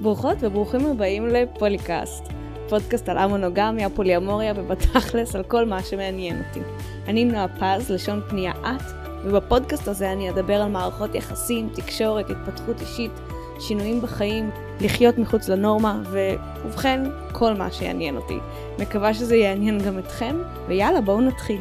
ברוכות וברוכים הבאים לפוליקאסט, פודקאסט על המונוגמיה, פוליאמוריה ובתכלס על כל מה שמעניין אותי. אני נועה פז, לשון פנייה את, ובפודקאסט הזה אני אדבר על מערכות יחסים, תקשורת, התפתחות אישית, שינויים בחיים, לחיות מחוץ לנורמה, ובכן, כל מה שיעניין אותי. מקווה שזה יעניין גם אתכם, ויאללה, בואו נתחיל.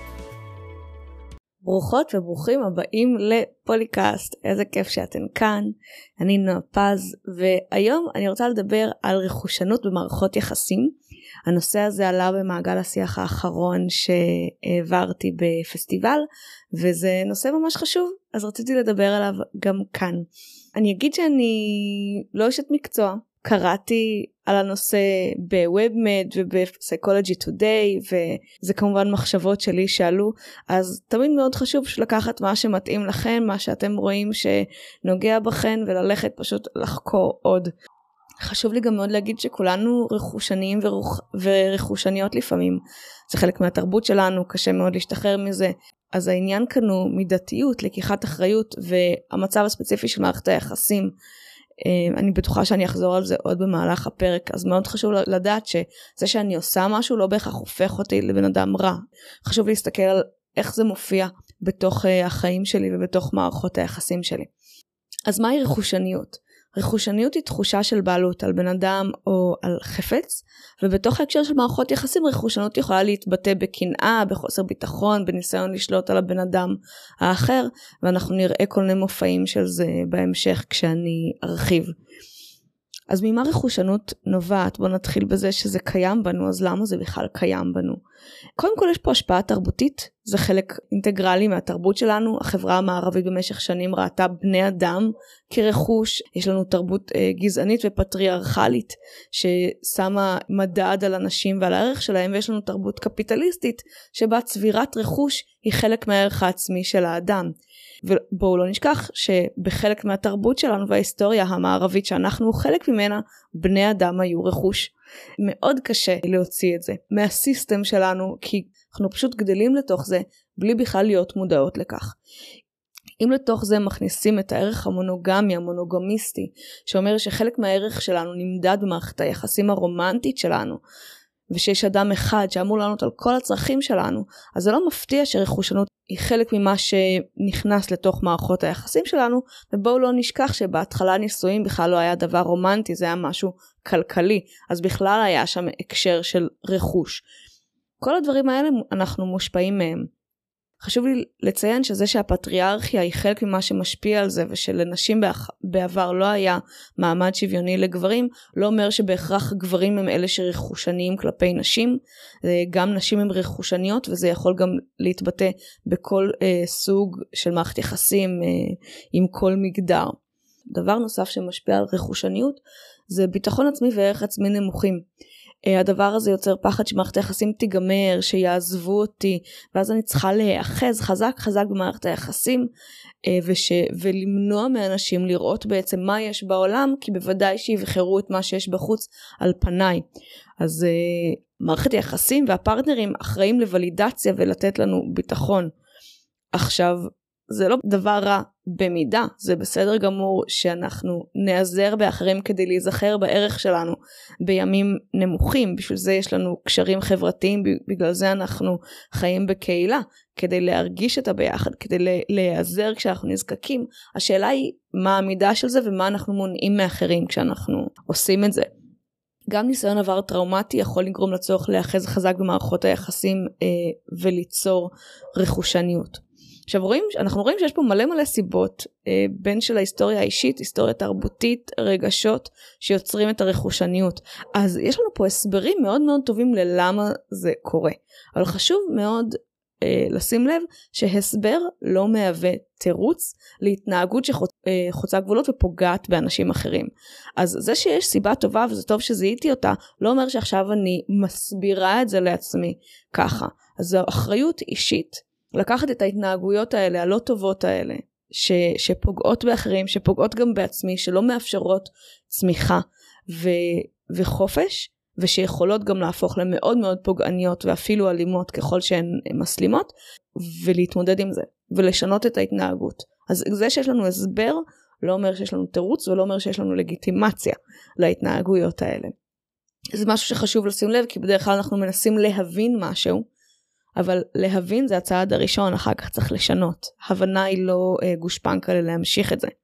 ברוכות וברוכים הבאים לפוליקאסט, איזה כיף שאתן כאן, אני נועה פז, והיום אני רוצה לדבר על רכושנות במערכות יחסים. הנושא הזה עלה במעגל השיח האחרון שהעברתי בפסטיבל, וזה נושא ממש חשוב, אז רציתי לדבר עליו גם כאן. אני אגיד שאני לא אשת מקצוע, קראתי על הנושא בוובמד ובפסיכולוגי טודיי, וזה כמובן מחשבות שלי שעלו, אז תמיד מאוד חשוב לקחת מה שמתאים לכם, מה שאתם רואים שנוגע בכם, וללכת פשוט לחקור עוד. חשוב לי גם מאוד להגיד שכולנו רכושניים ורכושניות לפעמים, זה חלק מהתרבות שלנו, קשה מאוד להשתחרר מזה, אז העניין כאן הוא מידתיות, לקיחת אחריות, והמצב הספציפי של מערכת היחסים, אני בטוחה שאני אחזור על זה עוד במהלך הפרק, אז מאוד חשוב לדעת שזה שאני עושה משהו לא בהכרח הופך אותי לבן אדם רע. חשוב להסתכל על איך זה מופיע בתוך החיים שלי ובתוך מערכות היחסים שלי. אז מהי רכושניות? רכושניות היא תחושה של בעלות על בן אדם או על חפץ, ובתוך ההקשר של מערכות יחסים רכושנות יכולה להתבטא בקנאה, בחוסר ביטחון, בניסיון לשלוט על הבן אדם האחר, ואנחנו נראה כל מיני מופעים של זה בהמשך כשאני ארחיב. אז ממה רכושנות נובעת? בואו נתחיל בזה שזה קיים בנו, אז למה זה בכלל קיים בנו? קודם כל יש פה השפעה תרבותית, זה חלק אינטגרלי מהתרבות שלנו, החברה המערבית במשך שנים ראתה בני אדם כרכוש, יש לנו תרבות גזענית ופטריארכלית ששמה מדד על אנשים ועל הערך שלהם, ויש לנו תרבות קפיטליסטית שבה צבירת רכוש היא חלק מהערך העצמי של האדם. ובואו לא נשכח שבחלק מהתרבות שלנו וההיסטוריה המערבית שאנחנו חלק ממנה, בני אדם היו רכוש. מאוד קשה להוציא את זה מהסיסטם שלנו, כי אנחנו פשוט גדלים לתוך זה בלי בכלל להיות מודעות לכך. אם לתוך זה מכניסים את הערך המונוגמי, המונוגמיסטי, שאומר שחלק מהערך שלנו נמדד במערכת היחסים הרומנטית שלנו, ושיש אדם אחד שאמור לענות על כל הצרכים שלנו, אז זה לא מפתיע שרכושנות היא חלק ממה שנכנס לתוך מערכות היחסים שלנו, ובואו לא נשכח שבהתחלה נישואים בכלל לא היה דבר רומנטי, זה היה משהו כלכלי, אז בכלל היה שם הקשר של רכוש. כל הדברים האלה אנחנו מושפעים מהם. חשוב לי לציין שזה שהפטריארכיה היא חלק ממה שמשפיע על זה, ושלנשים בעבר לא היה מעמד שוויוני לגברים, לא אומר שבהכרח גברים הם אלה שרכושניים כלפי נשים, גם נשים הם רכושניות, וזה יכול גם להתבטא בכל סוג של מערכת יחסים עם כל מגדר. דבר נוסף שמשפיע על רכושניות, זה ביטחון עצמי וערך עצמי נמוכים. הדבר הזה יוצר פחד שמערכת היחסים תיגמר, שיעזבו אותי, ואז אני צריכה להיאחז חזק במערכת היחסים, ולמנוע מאנשים לראות בעצם מה יש בעולם, כי בוודאי שיבחרו את מה שיש בחוץ על פניי. אז מערכת היחסים והפרטנרים אחראים לוולידציה ולתת לנו ביטחון. עכשיו, זה לא דבר רע במידה, זה בסדר גמור שאנחנו נעזר באחרים כדי להיזכר בערך שלנו בימים נמוכים, בשביל זה יש לנו קשרים חברתיים, בגלל זה אנחנו חיים בקהילה, כדי להרגיש את הביחד, כדי להיעזר כשאנחנו נזקקים. השאלה היא מה המידה של זה ומה אנחנו מונעים מאחרים כשאנחנו עושים את זה. גם ניסיון עבר טראומטי יכול לגרום לצורך להיאחז חזק במערכות היחסים וליצור רכושניות. עכשיו אנחנו רואים שיש פה מלא סיבות, בין של ההיסטוריה האישית, היסטוריה תרבותית, רגשות שיוצרים את הרכושניות. אז יש לנו פה הסברים מאוד מאוד טובים ללמה זה קורה. אבל חשוב מאוד לשים לב שהסבר לא מהווה תירוץ להתנהגות שחוצה גבולות ופוגעת באנשים אחרים. אז זה שיש סיבה טובה וזה טוב שזיהיתי אותה, לא אומר שעכשיו אני מסבירה את זה לעצמי ככה. אז זו אחריות אישית. לקחת את ההתנהגויות האלה, הלא טובות האלה, שפוגעות באחרים, שפוגעות גם בעצמי, שלא מאפשרות צמיחה וחופש, ושיכולות גם להפוך למאוד מאוד פוגעניות, ואפילו אלימות ככל שהן מסלימות, ולהתמודד עם זה, ולשנות את ההתנהגות. אז זה שיש לנו הסבר, לא אומר שיש לנו תירוץ ולא אומר שיש לנו לגיטימציה להתנהגויות האלה. זה משהו שחשוב לשים לב, כי בדרך כלל אנחנו מנסים להבין משהו, אבל להבין זה הצעד הראשון, אחר כך צריך לשנות. הבנה היא לא גושפנקה להמשיך את זה.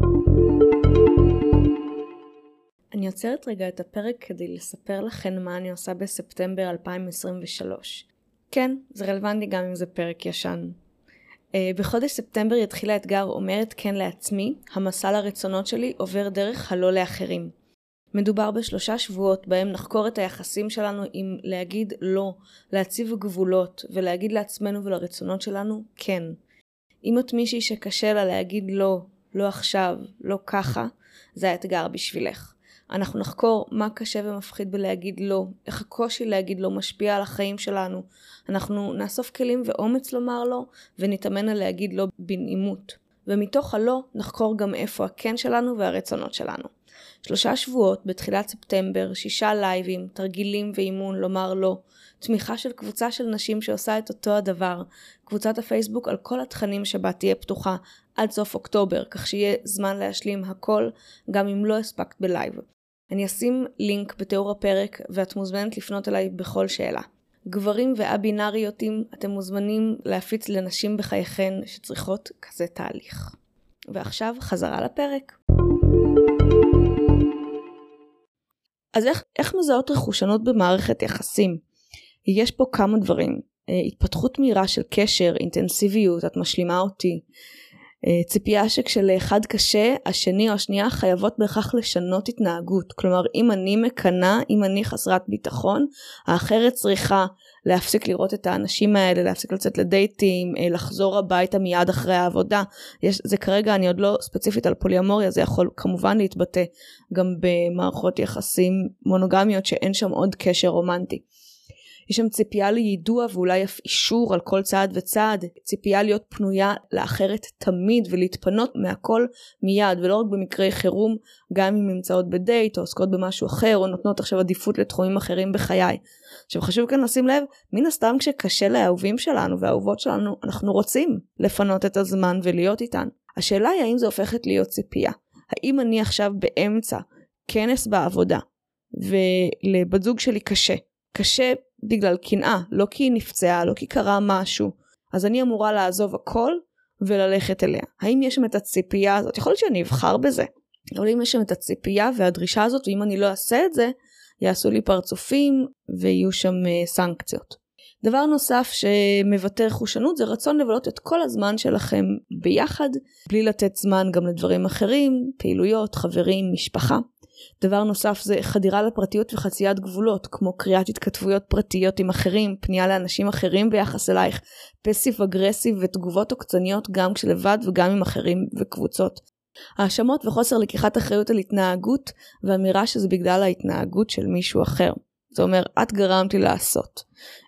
אני עוצרת רגע את הפרק כדי לספר לכם מה אני עושה בספטמבר 2023. כן, זה רלוונטי גם אם זה פרק ישן. בחודש ספטמבר יתחיל האתגר אומרת כן לעצמי, המסע לרצונות שלי עובר דרך הלא לאחרים. מדובר ב3 שבועות בהם נחקור את היחסים שלנו עם להגיד לא, להציב גבולות ולהגיד לעצמנו ולרצונות שלנו כן. אם את מישהי שקשה לה להגיד לא, לא עכשיו, לא ככה, זה האתגר בשבילך. אנחנו נחקור מה קשה ומפחיד בלהגיד לא, איך הקושי להגיד לא משפיע על החיים שלנו. אנחנו נאסוף כלים ואומץ לומר לא, ונתאמן על להגיד לא בנעימות. ומתוך הלא נחקור גם איפה הכן שלנו והרצונות שלנו. 3 שבועות בתחילת ספטמבר, 6 לייבים, תרגילים ואימון לומר לא, תמיכה של קבוצה של נשים שעושה את אותו הדבר, קבוצת הפייסבוק על כל התכנים שבה תהיה פתוחה עד סוף אוקטובר, כך שיהיה זמן להשלים הכל, גם אם לא הספקת בלייב. אני אשים לינק בתיאור הפרק ואת מוזמנת לפנות אליי בכל שאלה. גברים ואבינריותים, אתם מוזמנים להפיץ לנשים בחייכן שצריכות כזה תהליך. ועכשיו חזרה לפרק. אז איך מזהות רכושנות במערכת יחסים? יש פה כמה דברים. התפתחות מהירה של קשר, אינטנסיביות, את משלימה אותי. ציפייה שכשלאחד קשה, השני או השנייה חייבות בהכרח לשנות התנהגות. כלומר, אם אני מקנה, אם אני חסרת ביטחון, האחרת צריכה להפסיק לראות את האנשים האלה, להפסיק לצאת לדייטים, לחזור הביתה מיד אחרי העבודה. זה כרגע, אני עוד לא ספציפית על פוליאמוריה, זה יכול כמובן להתבטא גם במערכות יחסים מונוגמיות שאין שם עוד קשר רומנטי. יש שם ציפייה לידוע ואולי אף אישור על כל צעד וצעד, ציפייה להיות פנויה לאחרת תמיד ולהתפנות מהכל מיד, ולא רק במקרי חירום, גם אם נמצאות בדייט או עוסקות במשהו אחר, או נותנות עכשיו עדיפות לתחומים אחרים בחיי. עכשיו חשוב כאן לשים לב, מן הסתם כשקשה לאהובים שלנו והאהובות שלנו, אנחנו רוצים לפנות את הזמן ולהיות איתן. השאלה היא האם זה הופכת להיות ציפייה. האם אני עכשיו באמצע כנס בעבודה, ולבת זוג שלי קשה בגלל קנאה, לא כי היא נפצעה, לא כי קרה משהו, אז אני אמורה לעזוב הכל וללכת אליה. האם יש שם את הציפייה הזאת? יכול להיות שאני אבחר בזה, אבל אם יש שם את הציפייה והדרישה הזאת, ואם אני לא אעשה את זה, יעשו לי פרצופים ויהיו שם סנקציות. דבר נוסף שמבטא רכושנות זה רצון לבלות את כל הזמן שלכם ביחד, בלי לתת זמן גם לדברים אחרים, פעילויות, חברים, משפחה. דבר נוסף זה חדירה לפרטיות וחציית גבולות, כמו קריאת התכתבויות פרטיות עם אחרים, פנייה לאנשים אחרים ביחס אלייך, פסיב אגרסיב ותגובות עוקצניות גם כשלבד וגם עם אחרים וקבוצות. האשמות וחוסר לקיחת אחריות על התנהגות, ואמירה שזה בגלל ההתנהגות של מישהו אחר. זה אומר, את גרמת לי לעשות.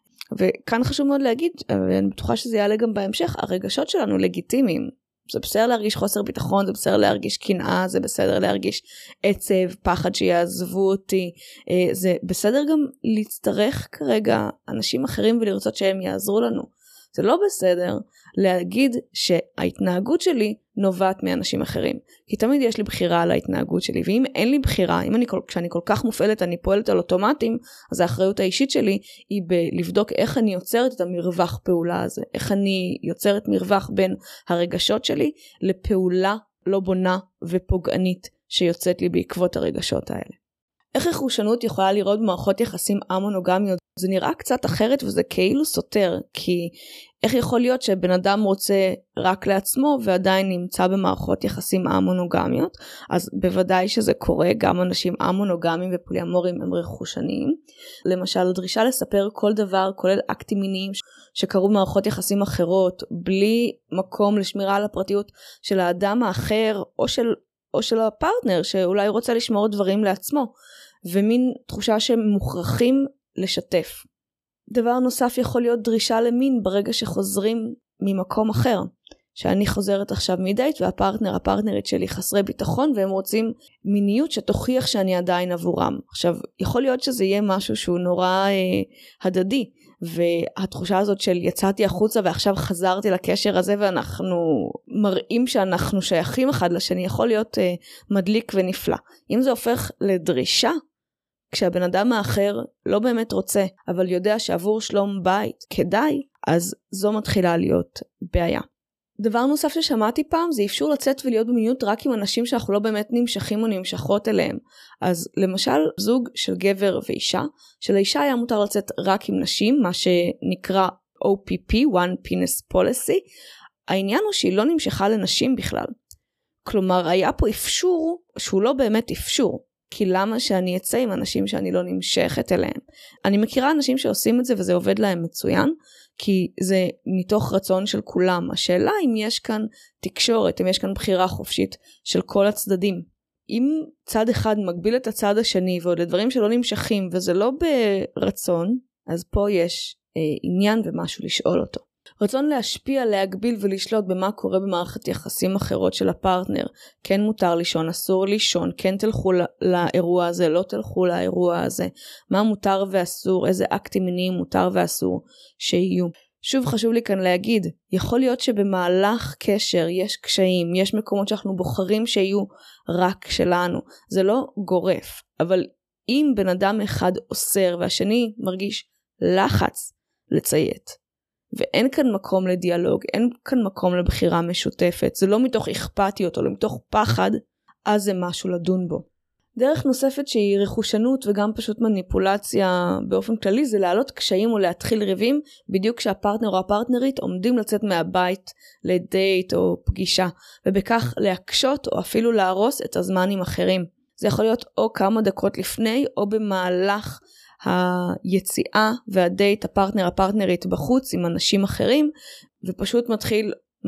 וכאן חשוב מאוד להגיד, ואני בטוחה שזה יעלה גם בהמשך, הרגשות שלנו לגיטימיים. זה בסדר להרגיש חוסר ביטחון, זה בסדר להרגיש קנאה, זה בסדר להרגיש עצב, פחד שיעזבו אותי, זה בסדר גם להצטרך כרגע אנשים אחרים ולרצות שהם יעזרו לנו. זה לא בסדר להגיד שההתנהגות שלי נובעת מאנשים אחרים, כי תמיד יש לי בחירה על ההתנהגות שלי, ואם אין לי בחירה, כשאני כל כך מופעלת אני פועלת על אוטומטים, אז האחריות האישית שלי היא בלבדוק איך אני יוצרת את המרווח פעולה הזה, איך אני יוצרת מרווח בין הרגשות שלי לפעולה לא בונה ופוגענית שיוצאת לי בעקבות הרגשות האלה. איך רכושנות יכולה לראות במערכות יחסים א-מונוגמיות? זה נראה קצת אחרת וזה כאילו סותר, כי איך יכול להיות שבן אדם רוצה רק לעצמו ועדיין נמצא במערכות יחסים א-מונוגמיות? אז בוודאי שזה קורה, גם אנשים א-מונוגמיים ופוליאמוריים הם רכושניים. למשל, הדרישה לספר כל דבר, כולל אקטים מיניים שקרו במערכות יחסים אחרות, בלי מקום לשמירה על הפרטיות של האדם האחר או של הפרטנר שאולי רוצה לשמור דברים לעצמו, ומין תחושה שהם מוכרחים לשתף. דבר נוסף יכול להיות דרישה למין ברגע שחוזרים ממקום אחר, שאני חוזרת עכשיו מדייט והפרטנרית שלי חסרי ביטחון והם רוצים מיניות שתוכיח שאני עדיין עבורם. עכשיו יכול להיות שזה יהיה משהו שהוא נורא הדדי, והתחושה הזאת של יצאתי החוצה ועכשיו חזרתי לקשר הזה ואנחנו מראים שאנחנו שייכים אחד לשני, יכול להיות מדליק ונפלא. אם זה הופך לדרישה, כשהבן אדם האחר לא באמת רוצה, אבל יודע שעבור שלום בית כדאי, אז זו מתחילה להיות בעיה. דבר נוסף ששמעתי פעם זה אפשר לצאת ולהיות במיניות רק עם אנשים שאנחנו לא באמת נמשכים או נמשכות אליהם. אז למשל זוג של גבר ואישה, שלאישה היה מותר לצאת רק עם נשים, מה שנקרא OPP, One Penis Policy. העניין הוא שהיא לא נמשכה לנשים בכלל. כלומר היה פה אפשור שהוא לא באמת אפשור. כי למה שאני אצא עם אנשים שאני לא נמשכת אליהם? אני מכירה אנשים שעושים את זה וזה עובד להם מצוין, כי זה מתוך רצון של כולם. השאלה אם יש כאן תקשורת, אם יש כאן בחירה חופשית של כל הצדדים. אם צד אחד מגביל את הצד השני ועוד לדברים שלא נמשכים וזה לא ברצון, אז פה יש עניין ומשהו לשאול אותו. רצון להשפיע, להגביל ולשלוט במה קורה במערכת יחסים אחרות של הפרטנר. כן מותר לישון, אסור לישון, כן תלכו לאירוע הזה, לא תלכו לאירוע הזה. מה מותר ואסור, איזה אקטים מיניים מותר ואסור שיהיו. שוב חשוב לי כאן להגיד, יכול להיות שבמהלך קשר יש קשיים, יש מקומות שאנחנו בוחרים שיהיו רק שלנו. זה לא גורף, אבל אם בן אדם אחד אוסר והשני מרגיש לחץ לציית, ואין כאן מקום לדיאלוג, אין כאן מקום לבחירה משותפת, זה לא מתוך אכפתיות או מתוך פחד, אז זה משהו לדון בו. דרך נוספת שהיא רכושנות וגם פשוט מניפולציה באופן כללי, זה להעלות קשיים או להתחיל ריבים, בדיוק כשהפרטנר או הפרטנרית עומדים לצאת מהבית לדייט או פגישה, ובכך להקשות או אפילו להרוס את הזמן עם אחרים. זה יכול להיות או כמה דקות לפני או במהלך היציאה והדייט, הפרטנר, הפרטנרית בחוץ עם אנשים אחרים, ופשוט מתחיל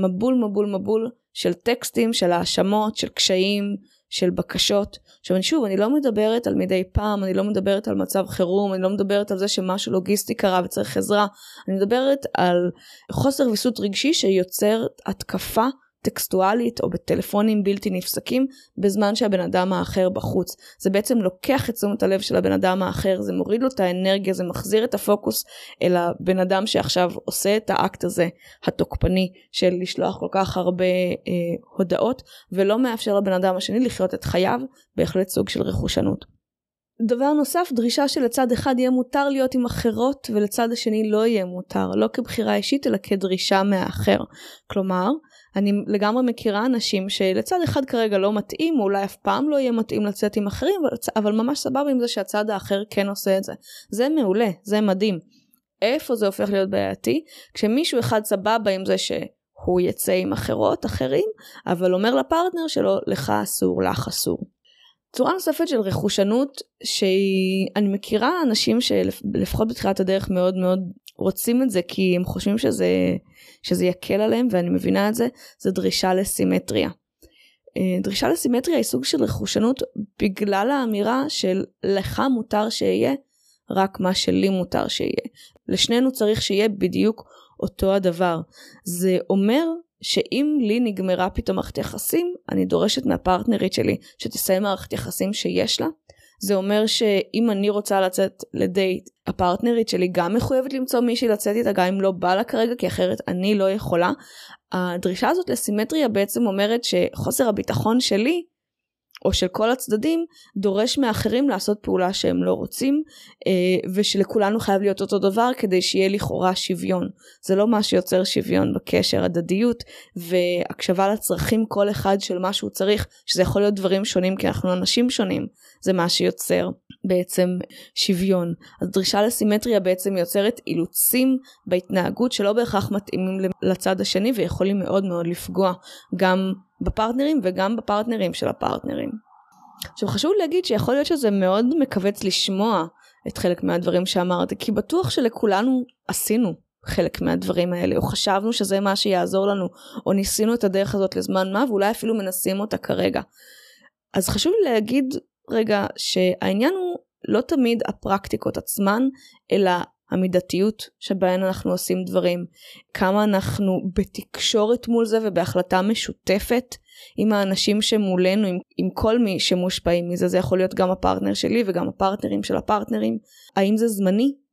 מבול של טקסטים, של האשמות, של קשיים, של בקשות. עכשיו אני לא מדברת על מדי פעם, אני לא מדברת על מצב חירום, אני לא מדברת על זה שמשהו לוגיסטי קרה וצריך עזרה, אני מדברת על חוסר ויסות רגשי שיוצר התקפה טקסטואלית או בטלפונים בלתי נפסקים בזמן שהבן אדם האחר בחוץ. זה בעצם לוקח את תשומת הלב של הבן אדם האחר, זה מוריד לו את האנרגיה, זה מחזיר את הפוקוס אל הבן אדם שעכשיו עושה את האקט הזה התוקפני של לשלוח כל כך הרבה הודעות, ולא מאפשר לבן אדם השני לחיות את חייו, בהחלט סוג של רכושנות. דבר נוסף, דרישה שלצד אחד יהיה מותר להיות עם אחרות ולצד השני לא יהיה מותר, לא כבחירה אישית אלא כדרישה מהאחר. כלומר, אני לגמרי מכירה אנשים שלצד אחד כרגע לא מתאים, או אולי אף פעם לא יהיה מתאים לצאת עם אחרים, אבל ממש סבבה עם זה שהצד האחר כן עושה את זה. זה מעולה, זה מדהים. איפה זה הופך להיות בעייתי? כשמישהו אחד סבבה עם זה שהוא יצא עם אחרים, אבל אומר לפרטנר שלו, לך אסור, לך אסור. צורה נוספת של רכושנות, שאני מכירה אנשים שלפחות בתחילת הדרך מאוד מאוד רוצים את זה, כי הם חושבים שזה יקל עליהם, ואני מבינה את זה, זה דרישה לסימטריה. דרישה לסימטריה היא סוג של רכושנות, בגלל האמירה של לך מותר שיהיה, רק מה שלי מותר שיהיה. לשנינו צריך שיהיה בדיוק אותו הדבר. זה אומר שאם לי נגמרה פתאום מערכת יחסים, אני דורשת מהפרטנרית שלי שתסיים מערכת יחסים שיש לה. זה אומר שאם אני רוצה לצאת לדייט, הפרטנרית שלי גם מחויבת למצוא מישהי לצאת איתה, גם אם לא בא לה כרגע, כי אחרת אני לא יכולה. הדרישה הזאת לסימטריה בעצם אומרת שחוסר הביטחון שלי, או של כל הצדדים, דורש מאחרים לעשות פעולה שהם לא רוצים, ושלכולנו חייב להיות אותו דבר, כדי שיהיה לכאורה שוויון. זה לא מה שיוצר שוויון בקשר, הדדיות, והקשבה לצרכים כל אחד של מה שהוא צריך, שזה יכול להיות דברים שונים, כי אנחנו אנשים שונים, זה מה שיוצר בעצם שוויון. אז דרישה לסימטריה בעצם יוצרת אילוצים בהתנהגות, שלא בהכרח מתאימים לצד השני, ויכולים מאוד מאוד לפגוע גם בפרטנרים וגם בפרטנרים של הפרטנרים. עכשיו חשוב להגיד שיכול להיות שזה מאוד מכווץ לשמוע את חלק מהדברים שאמרתי, כי בטוח שלכולנו עשינו חלק מהדברים האלה, או חשבנו שזה מה שיעזור לנו, או ניסינו את הדרך הזאת לזמן מה, ואולי אפילו מנסים אותה כרגע. אז חשוב להגיד רגע שהעניין הוא לא תמיד הפרקטיקות עצמן, אלא המידתיות שבהן אנחנו עושים דברים, כמה אנחנו בתקשורת מול זה ובהחלטה משותפת עם האנשים שמולנו, עם כל מי שמושפעים מזה, זה יכול להיות גם הפרטנר שלי וגם הפרטנרים של הפרטנרים, האם זה זמני?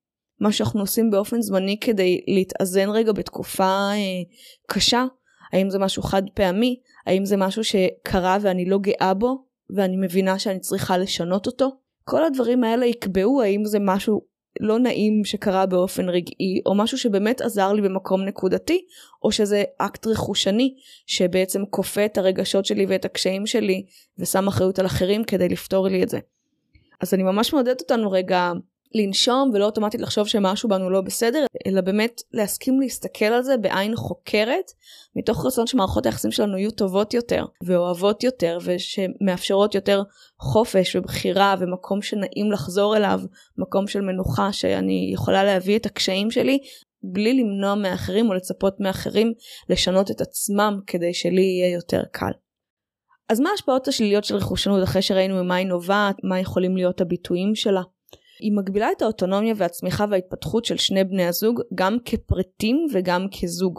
מה שאנחנו עושים באופן זמני כדי להתאזן רגע בתקופה קשה? האם זה משהו חד פעמי? האם זה משהו שקרה ואני לא גאה בו ואני מבינה שאני צריכה לשנות אותו? כל הדברים האלה יקבעו האם זה משהו לא נעים שקרה באופן רגעי, או משהו שבאמת עזר לי במקום נקודתי, או שזה אקט רכושני שבעצם כופה את הרגשות שלי ואת הקשיים שלי ושם אחריות על אחרים כדי לפתור לי את זה. אז אני ממש מעודדת אותנו רגע לנשום ולא אוטומטית לחשוב שמשהו בנו לא בסדר, אלא באמת להסכים להסתכל על זה בעין חוקרת, מתוך רצון שמערכות היחסים שלנו יהיו טובות יותר ואוהבות יותר, ושמאפשרות יותר חופש ובחירה ומקום שנעים לחזור אליו, מקום של מנוחה שאני יכולה להביא את הקשיים שלי בלי למנוע מאחרים או לצפות מאחרים לשנות את עצמם כדי שלי יהיה יותר קל. אז מה ההשפעות השליליות של רכושנות אחרי שראינו ממה היא נובעת, מה יכולים להיות הביטויים שלה? היא מגבילה את האוטונומיה והצמיחה וההתפתחות של שני בני הזוג גם כפרטים וגם כזוג.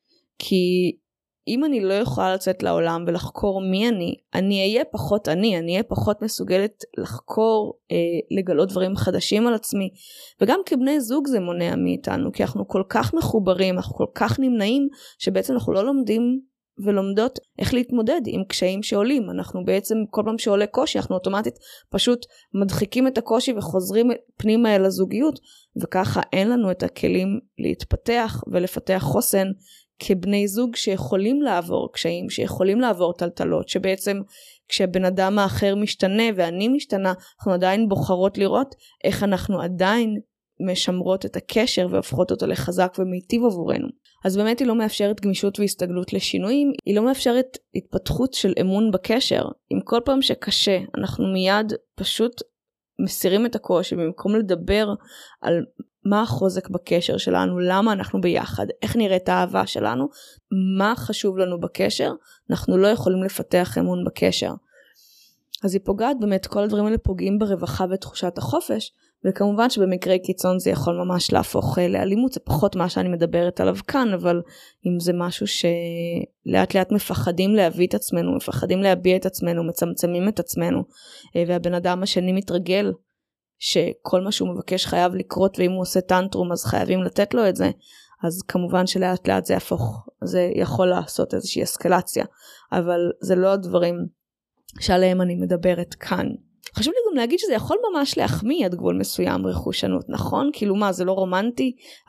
כי אם אני לא יכולה לצאת לעולם ולחקור מי אני אהיה פחות אני אהיה פחות מסוגלת לחקור, לגלות דברים חדשים על עצמי. וגם כבני זוג זה מונע מאיתנו, כי אנחנו כל כך מחוברים, אנחנו כל כך נמנעים, שבעצם אנחנו לא לומדים ולומדות איך להתמודד עם קשיים שעולים. אנחנו בעצם כל פעם שעולה קושי אנחנו אוטומטית פשוט מדחיקים את הקושי וחוזרים פנימה אל הזוגיות, וככה אין לנו את הכלים להתפתח ולפתח חוסן כבני זוג שיכולים לעבור קשיים, שיכולים לעבור טלטלות, שבעצם כשבן אדם האחר משתנה ואני משתנה, אנחנו עדיין בוחרות לראות איך אנחנו עדיין משמרות את הקשר והופכות אותו לחזק ומיטיב עבורנו. אז באמת היא לא מאפשרת גמישות והסתגלות לשינויים, היא לא מאפשרת התפתחות של אמון בקשר. אם כל פעם שקשה אנחנו מיד פשוט מסירים את הקושי, במקום לדבר על מה החוזק בקשר שלנו, למה אנחנו ביחד, איך נראית האהבה שלנו, מה חשוב לנו בקשר, אנחנו לא יכולים לפתח אמון בקשר. אז היא פוגעת באמת, כל הדברים האלה פוגעים ברווחה ותחושת החופש, וכמובן שבמקרי קיצון זה יכול ממש להפוך לאלימות, זה פחות מה שאני מדברת עליו כאן, אבל אם זה משהו שלאט לאט מפחדים להביא את עצמנו, מפחדים להביע את עצמנו, מצמצמים את עצמנו, והבן אדם השני מתרגל שכל מה שהוא מבקש חייב לקרות, ואם הוא עושה טנטרום אז חייבים לתת לו את זה, אז כמובן שלאט לאט זה יהפוך, זה יכול לעשות איזושהי אסקלציה, אבל זה לא הדברים שעליהם אני מדברת כאן. חשוב לי גם להגיד שזה יכול ממש להחמיא עד גבול מסוים רכושנות, נכון? כאילו מה, זה לא רומנטי?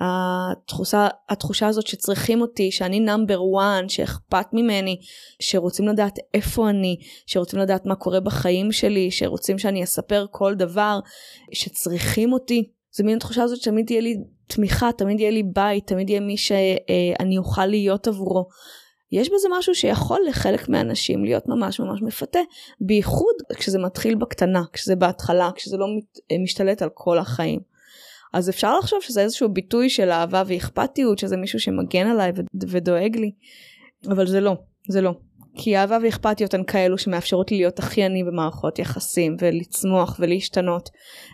התחושה הזאת שצריכים אותי, שאני נאמבר 1, שאכפת ממני, שרוצים לדעת איפה אני, שרוצים לדעת מה קורה בחיים שלי, שרוצים שאני אספר כל דבר, שצריכים אותי. זה מין תחושה הזאת שתמיד יהיה לי תמיכה, תמיד יהיה לי בית, תמיד יהיה מי שאני אוכל להיות עבורו. יש בזה משהו שיכול לחלק מהאנשים להיות ממש ממש מפתה, בייחוד כשזה מתחיל בקטנה, כשזה בהתחלה, כשזה לא משתלט על כל החיים. אז אפשר לחשוב שזה איזשהו ביטוי של אהבה ואכפתיות, שזה מישהו שמגן עליי ודואג לי, אבל זה לא. כי אהבה ואכפתיות הן כאלו שמאפשרות לי להיות הכי אני במערכות יחסים, ולצמוח ולהשתנות,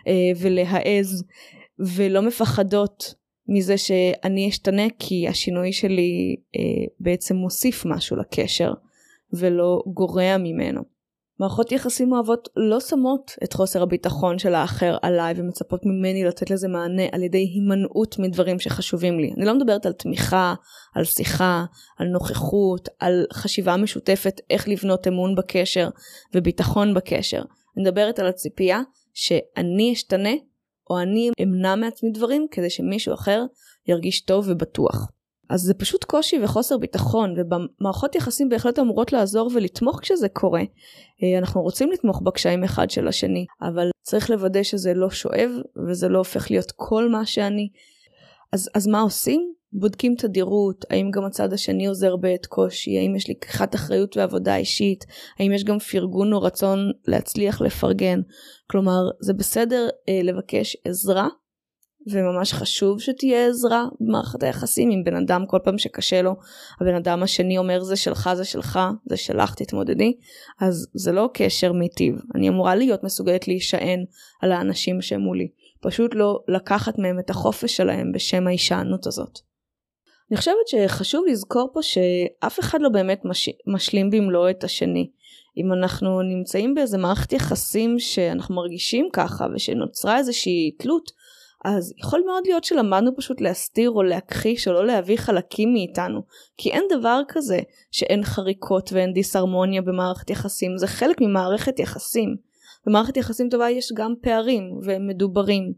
ולהעז, ולא מפחדות מזה שאני אשתנה, כי השינוי שלי בעצם מוסיף משהו לקשר ולא גורע ממנו. מערכות יחסים אוהבות לא שמות את חוסר הביטחון של האחר עליי ומצפות ממני לתת לזה מענה על ידי הימנעות מדברים שחשובים לי. אני לא מדברת על תמיכה, על שיחה, על נוכחות, על חשיבה משותפת איך לבנות אמון בקשר וביטחון בקשר. אני מדברת על הציפייה שאני אשתנה או אני אמנע מעצמי דברים כדי שמישהו אחר ירגיש טוב ובטוח. אז זה פשוט קושי וחוסר ביטחון, ובמערכות יחסים בהחלט אמורות לעזור ולתמוך כשזה קורה. אנחנו רוצים לתמוך בקשיים אחד של השני, אבל צריך לוודא שזה לא שואב, וזה לא הופך להיות כל מה שאני. אז מה עושים? בודקים תדירות, האם גם הצד השני עוזר בעת קושי, האם יש לקיחת אחריות ועבודה אישית, האם יש גם פרגון או רצון להצליח לפרגן. כלומר, זה בסדר לבקש עזרה, וממש חשוב שתהיה עזרה במערכת היחסים. עם בן אדם כל פעם שקשה לו, הבן אדם השני אומר זה שלך, זה שלך, זה שלך, תתמודדי, אז זה לא קשר מיטיב. אני אמורה להיות מסוגלת להישען על האנשים שמולי, פשוט לא לקחת מהם את החופש שלהם בשם ההישענות הזאת. אני חושבת שחשוב לזכור פה שאף אחד לא באמת משלים במלוא את השני. אם אנחנו נמצאים באיזה מערכת יחסים שאנחנו מרגישים ככה ושנוצרה איזושהי תלות, אז יכול מאוד להיות שלמדנו פשוט להסתיר או להכחיש או לא להביא חלקים מאיתנו, כי אין דבר כזה שאין חריקות ואין דיסהרמוניה במערכת יחסים, זה חלק ממערכת יחסים. במערכת יחסים טובה יש גם פערים והם מדוברים,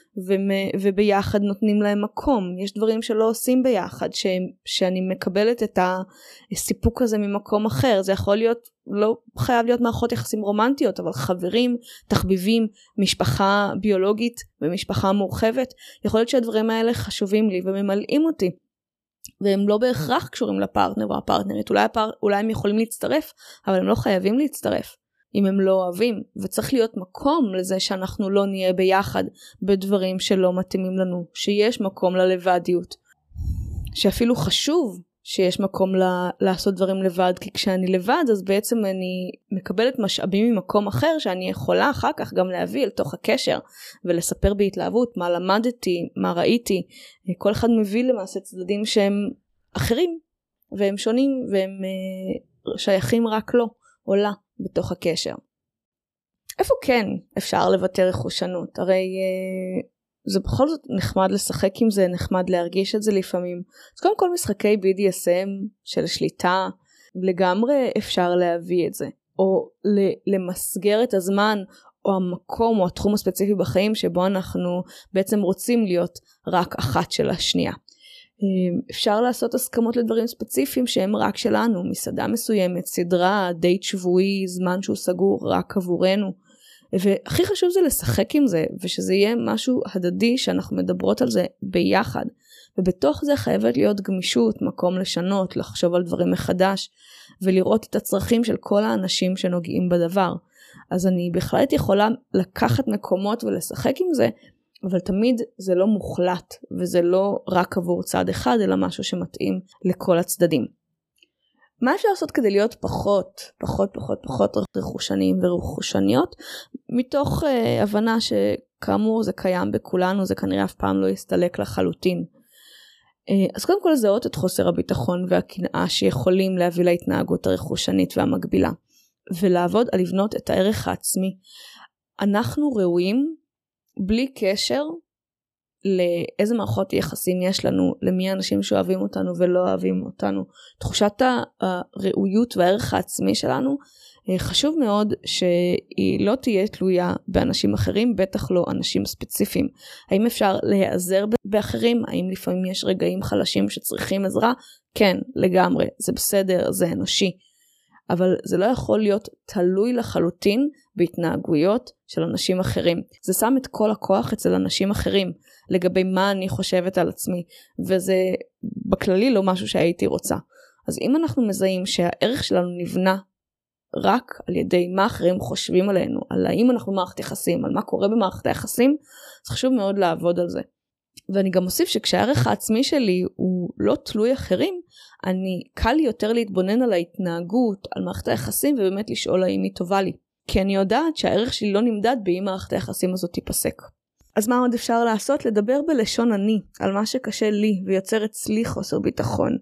וביחד נותנים להם מקום. יש דברים שלא עושים ביחד, שאני מקבלת את הסיפוק הזה ממקום אחר. זה יכול להיות, לא חייב להיות מערכות יחסים רומנטיות, אבל חברים, תחביבים, משפחה ביולוגית ומשפחה מורחבת. יכול להיות שהדברים האלה חשובים לי וממלאים אותי, והם לא בהכרח קשורים לפרטנר או הפרטנרית. אולי הם יכולים להצטרף, אבל הם לא חייבים להצטרף אם הם לא אוהבים, וצריך להיות מקום לזה שאנחנו לא נהיה ביחד בדברים שלא מתאימים לנו, שיש מקום ללבדיות, שאפילו חשוב שיש מקום לעשות דברים לבד, כי כשאני לבד אז בעצם אני מקבלת משאבים ממקום אחר, שאני יכולה אחר כך גם להביא אל תוך הקשר, ולספר בהתלהבות מה למדתי, מה ראיתי. כל אחד מביא למעשה צדדים שהם אחרים, והם שונים, והם שייכים רק לו או לה בתוך הקשר. איפה כן אפשר לבטא רכושנות? הרי זה בכל זאת נחמד לשחק עם זה, נחמד להרגיש את זה לפעמים. אז קודם כל משחקי BDSM של שליטה, לגמרי אפשר להביא את זה. או למסגר את הזמן, או המקום, או התחום הספציפי בחיים, שבו אנחנו בעצם רוצים להיות רק אחת של השנייה. אפשר לעשות הסכמות לדברים ספציפיים שהם רק שלנו, מסעדה מסוימת, סדרה, דייט שבועי, זמן שהוא סגור רק עבורנו. והכי חשוב זה לשחק עם זה, ושזה יהיה משהו הדדי שאנחנו מדברות על זה ביחד. ובתוך זה חייבת להיות גמישות, מקום לשנות, לחשוב על דברים מחדש, ולראות את הצרכים של כל האנשים שנוגעים בדבר. אז אני בכלל יכולה לקחת מקומות ולשחק עם זה, אבל תמיד זה לא מוחלט, וזה לא רק עבור צד אחד, אלא משהו שמתאים לכל הצדדים. מה אפשר לעשות כדי להיות פחות רכושניים ורכושניות, מתוך הבנה שכאמור זה קיים בכולנו, זה כנראה אף פעם לא יסתלק לחלוטין. אז קודם כל לזהות את חוסר הביטחון והקנאה שיכולים להביא להתנהגות הרכושנית והמקבילה, ולעבוד על לבנות את הערך העצמי. אנחנו ראויים בלי קשר לאיזה מערכות יחסים יש לנו, למי האנשים שאוהבים אותנו ולא אוהבים אותנו. תחושת הראויות והערך העצמי שלנו, חשוב מאוד שהיא לא תהיה תלויה באנשים אחרים, בטח לא אנשים ספציפיים. האם אפשר להיעזר באחרים? האם לפעמים יש רגעים חלשים שצריכים עזרה? כן, לגמרי, זה בסדר, זה אנושי. אבל זה לא יכול להיות תלוי לחלוטין בהתנהגויות של אנשים אחרים. זה שם את כל הכוח אצל אנשים אחרים, לגבי מה אני חושבת על עצמי, וזה בכללי לא משהו שהייתי רוצה. אז אם אנחנו מזהים שהערך שלנו נבנה רק על ידי מה אחרים חושבים עלינו, על האם אנחנו במערכת יחסים, על מה קורה במערכת היחסים, אז חשוב מאוד לעבוד על זה. ואני גם מוסיף שכשהערך העצמי שלי הוא לא תלוי אחרים, אני קל לי יותר להתבונן על ההתנהגות, על מערכת היחסים, ובאמת לשאול האם היא טובה לי. כי אני יודעת שהערך שלי לא נמדד באם מערכת היחסים הזאת תיפסק. אז מה עוד אפשר לעשות? לדבר בלשון אני, על מה שקשה לי ויוצר אצלי חוסר ביטחון.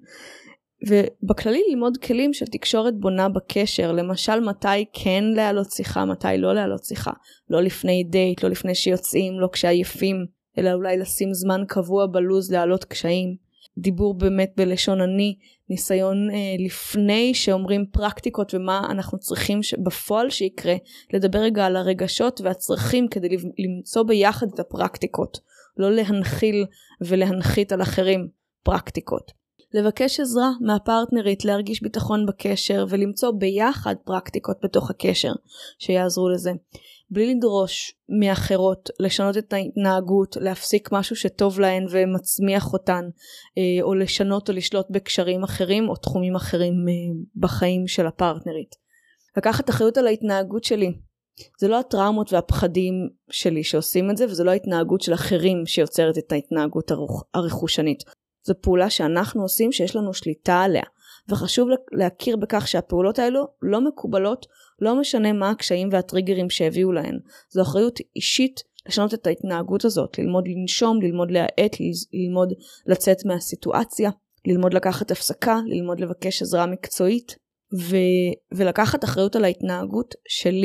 ובכללי ללמוד כלים של תקשורת בונה בקשר, למשל מתי כן להעלות שיחה, מתי לא להעלות שיחה. לא לפני דייט, לא לפני שיוצאים, לא כשעייפים, אלא אולי לשים זמן קבוע בלוז להעלות קשיים. דיבור באמת בלשון אני, ניסיון לפני שאומרים פרקטיקות ומה אנחנו צריכים בפועל שיקרה, לדבר רגע על הרגשות והצרכים כדי למצוא ביחד את הפרקטיקות, לא להנחיל ולהנחית על אחרים פרקטיקות. לבקש עזרה מהפרטנרית להרגיש ביטחון בקשר ולמצוא ביחד פרקטיקות בתוך הקשר שיעזרו לזה. בלי לדרוש מאחרות לשנות את ההתנהגות, להפסיק משהו שטוב להן ומצמיח אותן, או לשנות או לשלוט בקשרים אחרים או תחומים אחרים בחיים של הפרטנרית. לקחת אחריות על ההתנהגות שלי. זה לא הטראומות והפחדים שלי שעושים את זה, וזה לא ההתנהגות של אחרים שיוצרת את ההתנהגות הרכושנית. זו פעולה שאנחנו עושים שיש לנו שליטה עליה. וחשוב להכיר בכך שהפעולות האלו לא מקובלות, לא משנה מה הקשיים והטריגרים שהביאו להן. זו אחריות אישית לשנות את ההתנהגות הזאת, ללמוד לנשום, ללמוד להאט, ללמוד לצאת מהסיטואציה, ללמוד לקחת הפסקה, ללמוד לבקש עזרה מקצועית, ולקחת אחריות על ההתנהגות שלי,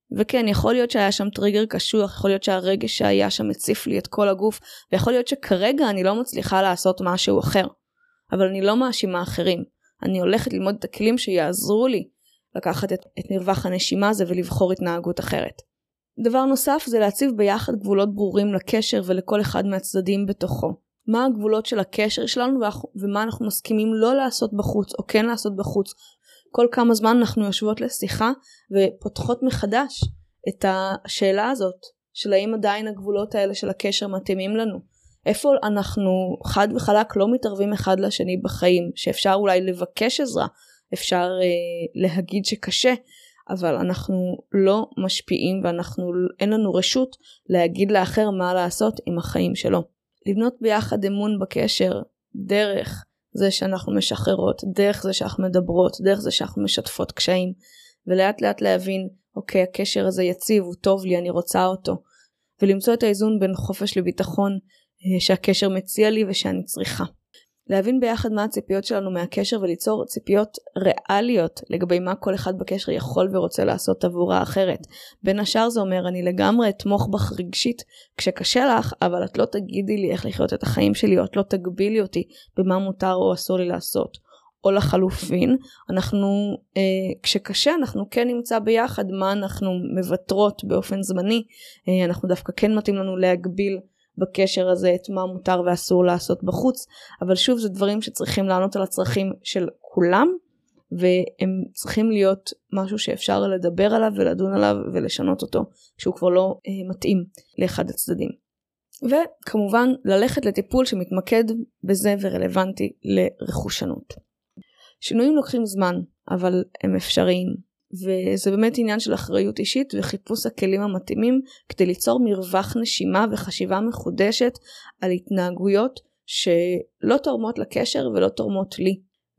וכן, יכול להיות שהיה שם טריגר קשוח, יכול להיות שהרגש שהיה שם מציף לי את כל הגוף, ויכול להיות שכרגע אני לא מצליחה לעשות משהו אחר, אבל אני לא מאשימה אחרים. אני הולכת ללמוד את הכלים שיעזרו לי לקחת את מרווח הנשימה הזה ולבחור התנהגות אחרת. דבר נוסף זה להציב ביחד גבולות ברורים לקשר ולכל אחד מהצדדים בתוכו. מה הגבולות של הקשר שלנו ומה אנחנו מסכימים לא לעשות בחוץ או כן לעשות בחוץ. כל כמה זמן אנחנו יושבות לשיחה ופותחות מחדש את השאלה הזאת של האם עדיין הגבולות האלה של הקשר מתאימים לנו. איפה אנחנו חד וחלק לא מתערבים אחד לשני בחיים, שאפשר אולי לבקש עזרה, אפשר להגיד שקשה, אבל אנחנו לא משפיעים ואין לנו רשות להגיד לאחר מה לעשות עם החיים שלו. לבנות ביחד אמון בקשר דרך זה שאנחנו משחררות, דרך זה שאנחנו מדברות, דרך זה שאנחנו משתפות קשיים, ולאט לאט להבין, אוקיי, הקשר הזה יציב, הוא טוב לי, אני רוצה אותו, ולמצוא את האיזון בין חופש לביטחון שהקשר מציע לי ושאני צריכה. להבין ביחד מה הציפיות שלנו מהקשר וליצור ציפיות ריאליות לגבי מה כל אחד בקשר יכול ורוצה לעשות עבור האחרת. בין השאר זה אומר, אני לגמרי אתמוך בך רגשית כשקשה לך, אבל את לא תגידי לי איך לחיות את החיים שלי, או את לא תגבילי אותי במה מותר או אסור לי לעשות. או לחלופין, כשקשה אנחנו כן נמצא ביחד מה אנחנו מוותרות באופן זמני, אנחנו דווקא כן מתאים לנו להגביל בקשר הזה את מה מותר ואסור לעשות בחוץ, אבל שוב זה דברים שצריכים לענות על הצרכים של כולם, והם צריכים להיות משהו שאפשר לדבר עליו ולדון עליו ולשנות אותו, שהוא כבר לא מתאים לאחד הצדדים. וכמובן ללכת לטיפול שמתמקד בזה ורלוונטי לרכושנות. שינויים לוקחים זמן, אבל הם אפשריים. וזה באמת עניין של אחריות אישית וחיפוש הכלים המתאימים כדי ליצור מרווח נשימה וחשיבה מחודשת על התנהגויות שלא תורמות לקשר ולא תורמות לי,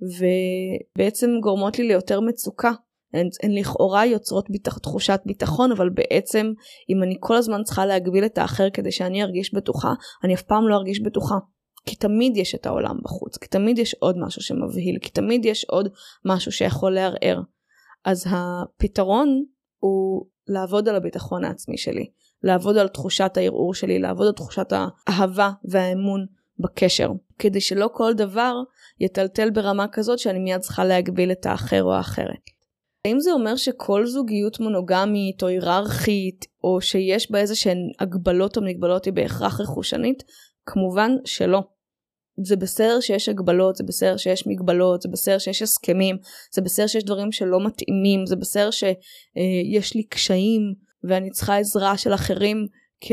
ובעצם גורמות לי ליותר מצוקה. הן לכאורה יוצרות תחושת ביטחון, אבל בעצם אם אני כל הזמן צריכה להגביל את האחר כדי שאני ארגיש בטוחה, אני אף פעם לא ארגיש בטוחה. כי תמיד יש את העולם בחוץ, כי תמיד יש עוד משהו שמבהיל, כי תמיד יש עוד משהו שיכול לערער. אז הפתרון הוא לעבוד על הביטחון העצמי שלי, לעבוד על תחושת הערעור שלי, לעבוד על תחושת האהבה והאמון בקשר, כדי שלא כל דבר יטלטל ברמה כזאת שאני מיד צריכה להגביל את האחר או האחרת. האם זה אומר שכל זוגיות מונוגמית או היררכית, או שיש בה איזשהן הגבלות או מגבלות היא בהכרח רכושנית? כמובן שלא. זה בסדר שיש הגבלות, זה בסדר שיש מגבלות, זה בסדר שיש הסכמים, זה בסדר שיש דברים שלא מתאימים, זה בסדר שיש לי קשיים ואני צריכה עזרה של אחרים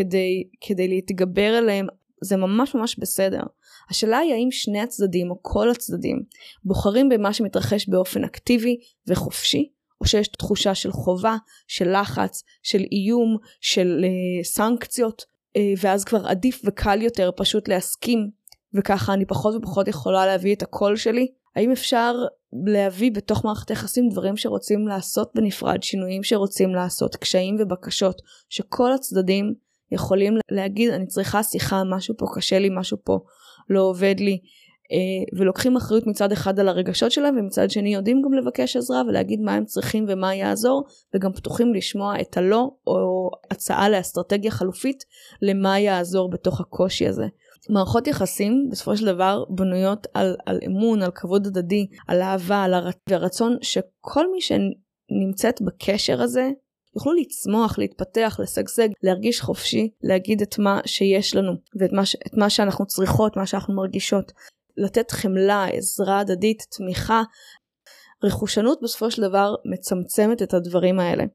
כדי להתגבר עליהם, זה ממש ממש בסדר. השאלה היא האם שני הצדדים או כל הצדדים בוחרים במה שמתרחש באופן אקטיבי וחופשי, או שיש תחושה של חובה, של לחץ, של איום, של סנקציות, ואז כבר עדיף וקל יותר פשוט להסכים, וככה אני פחות ופחות יכולה להביא את הקול שלי. האם אפשר להביא בתוך מערכת יחסים דברים שרוצים לעשות בנפרד, שינויים שרוצים לעשות, קשיים ובקשות, שכל הצדדים יכולים להגיד, אני צריכה שיחה, משהו פה קשה לי, משהו פה לא עובד לי, ולוקחים אחריות מצד אחד על הרגשות שלהם, ומצד שני יודעים גם לבקש עזרה ולהגיד מה הם צריכים ומה יעזור, וגם פתוחים לשמוע את הלא או הצעה לאסטרטגיה חלופית למה יעזור בתוך הקושי הזה. מערכות יחסים בסופו של דבר בנויות על אמון, על כבוד הדדי, על אהבה, על הרצון שכל מי שנמצאת בקשר הזה יוכלו לצמוח, להתפתח, לשגשג, להרגיש חופשי, להגיד את מה שיש לנו ואת מה שאנחנו צריכות, מה שאנחנו מרגישות, לתת חמלה, עזרה הדדית, תמיכה. רכושנות בסופו של דבר מצמצמת את הדברים האלה,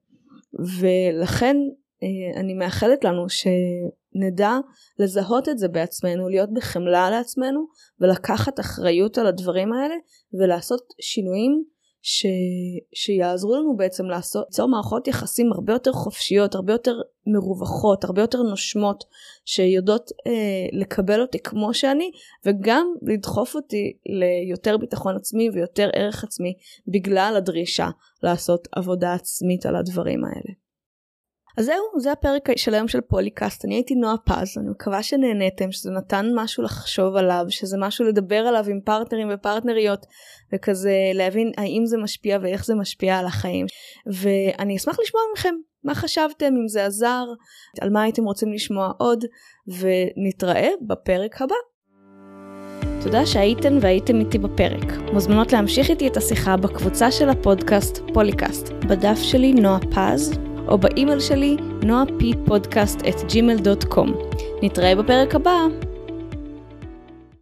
ולכן אני מאחלת לנו שנדע לזהות את זה בעצמנו, להיות בחמלה לעצמנו ולקחת אחריות על הדברים האלה ולעשות שינויים שיעזרו לנו בעצם ליצור מערכות יחסים הרבה יותר חופשיות, הרבה יותר מרווחות, הרבה יותר נושמות, שיודעות לקבל אותי כמו שאני, וגם לדחוף אותי ליותר ביטחון עצמי ויותר ערך עצמי, בגלל הדרישה לעשות עבודה עצמית על הדברים האלה. אז זהו, זה הפרק של היום של פוליקאסט. אני הייתי נועה פז, אני מקווה שנהנתם, שזה נתן משהו לחשוב עליו, שזה משהו לדבר עליו עם פרטנרים ופרטנריות, וכזה להבין האם זה משפיע ואיך זה משפיע על החיים. ואני אשמח לשמוע מכם, מה חשבתם, אם זה עזר, על מה הייתם רוצים לשמוע עוד, ונתראה בפרק הבא. תודה שהייתן והייתם איתי בפרק. מוזמנות להמשיך איתי את השיחה בקבוצה של הפודקאסט פוליקאסט, בדף שלי נועה פז, או באימייל שלי noapodcast@gmail.com. נתראה בפרק הבא.